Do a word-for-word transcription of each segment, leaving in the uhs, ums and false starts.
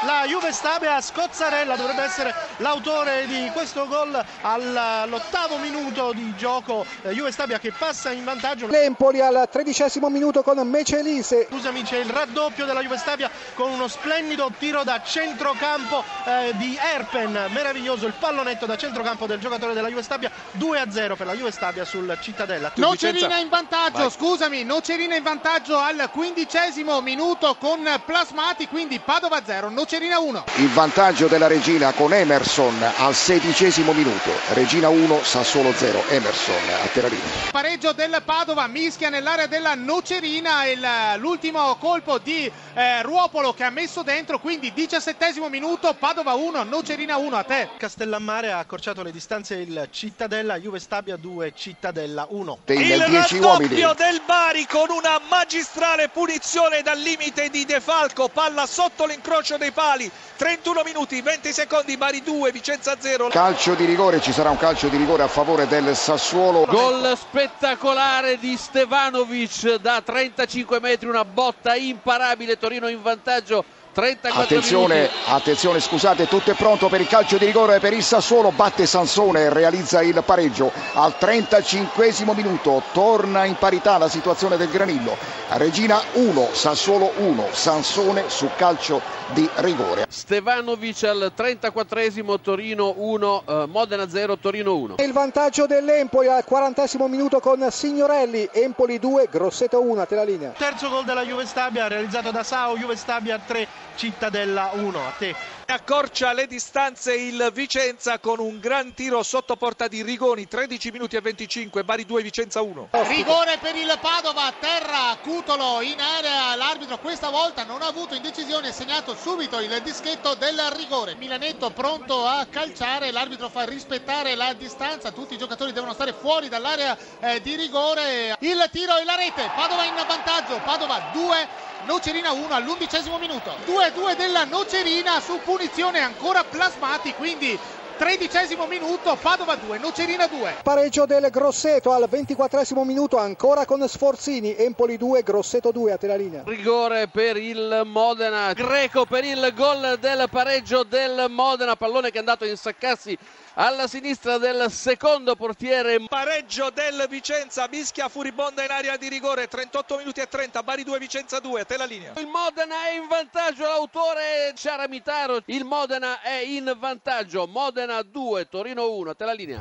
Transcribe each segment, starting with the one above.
la Juve Stabia. Scozzarella dovrebbe essere l'autore di questo gol all'ottavo minuto di gioco. Juve Stabia che passa in vantaggio. L'Empoli al tredicesimo minuto con Mecelise. Scusami, c'è il raddoppio della Juve Stabia con uno splendido tiro da centrocampo eh, di Erpen, meraviglioso il pallonetto da centrocampo del giocatore della Juve Stabia. Due a zero per la Juve Stabia sul Cittadella. Nocerina in vantaggio, Vai. scusami, Nocerina in vantaggio al quindicesimo minuto con Plasmati, quindi Padova zero, Nocerina uno. Il vantaggio della Regina con Emerson al sedicesimo minuto, Regina uno, Sassuolo zero, Emerson a Terrarino. Pareggio del Padova, mischia nell'area della Nocerina, il, l'ultimo colpo di eh, Ruopolo che ha messo dentro, quindi diciassettesimo minuto, Padova uno, Nocerina uno. A te. Castellammare ha accorciato le distanze, il Cittadella, Juve Stabia due, Cittadella uno. Il raddoppio del Bari con una magistrale punizione dal limite di De Falco, palla sotto l'incrocio dei pali, trentuno minuti, venti secondi, Bari due, Vicenza zero. Calcio di rigore, ci sarà un calcio di rigore a favore del Sassuolo. Gol spettacolare di Stevanovic da trentacinque metri, una botta imparabile, Torino in vantaggio. Attenzione, minuti. attenzione, scusate, tutto è pronto per il calcio di rigore per il Sassuolo, batte Sansone e realizza il pareggio al trentacinquesimo minuto, torna in parità la situazione del Granillo. Regina uno, Sassuolo uno, Sansone su calcio di rigore. Stevanovic al trentaquattresimo, Torino uno, eh, Modena zero, Torino uno. Il vantaggio dell'Empoli al quarantesimo minuto con Signorelli, Empoli due, Grosseto uno, a te la linea. Terzo gol della Juve Stabia realizzato da Sao, Juve Stabia tre, Cittadella uno. A te. Accorcia le distanze il Vicenza con un gran tiro sotto porta di Rigoni, tredici minuti e venticinque, Bari due, Vicenza uno. Rigore per il Padova, terra, Cutolo in area, l'arbitro questa volta non ha avuto indecisione, segnato subito il dischetto del rigore. Milanetto pronto a calciare, l'arbitro fa rispettare la distanza, tutti i giocatori devono stare fuori dall'area eh, di rigore. Il tiro e la rete, Padova in vantaggio, Padova due, Nocerina uno all'undicesimo minuto. due a due della Nocerina su punizione ancora Plasmati, quindi tredicesimo minuto, Padova due, Nocerina due. Pareggio del Grosseto al ventiquattresimo minuto ancora con Sforzini, Empoli due, Grosseto due, a te la linea. Rigore per il Modena, Greco per il gol del pareggio del Modena, pallone che è andato a insaccarsi alla sinistra del secondo portiere. Pareggio del Vicenza, mischia furibonda in area di rigore, trentotto minuti e trenta, Bari due, Vicenza due, a te la linea. Il Modena è in vantaggio, l'autore Ciaramitaro, il Modena è in vantaggio, Modena due, Torino uno, a te la linea.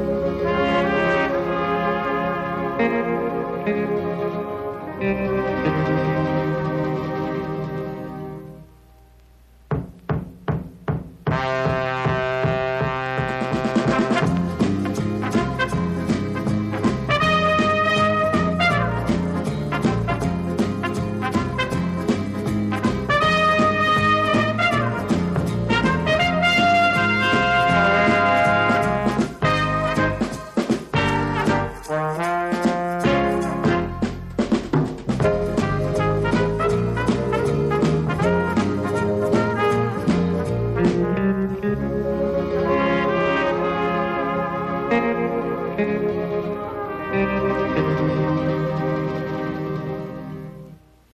Thank you.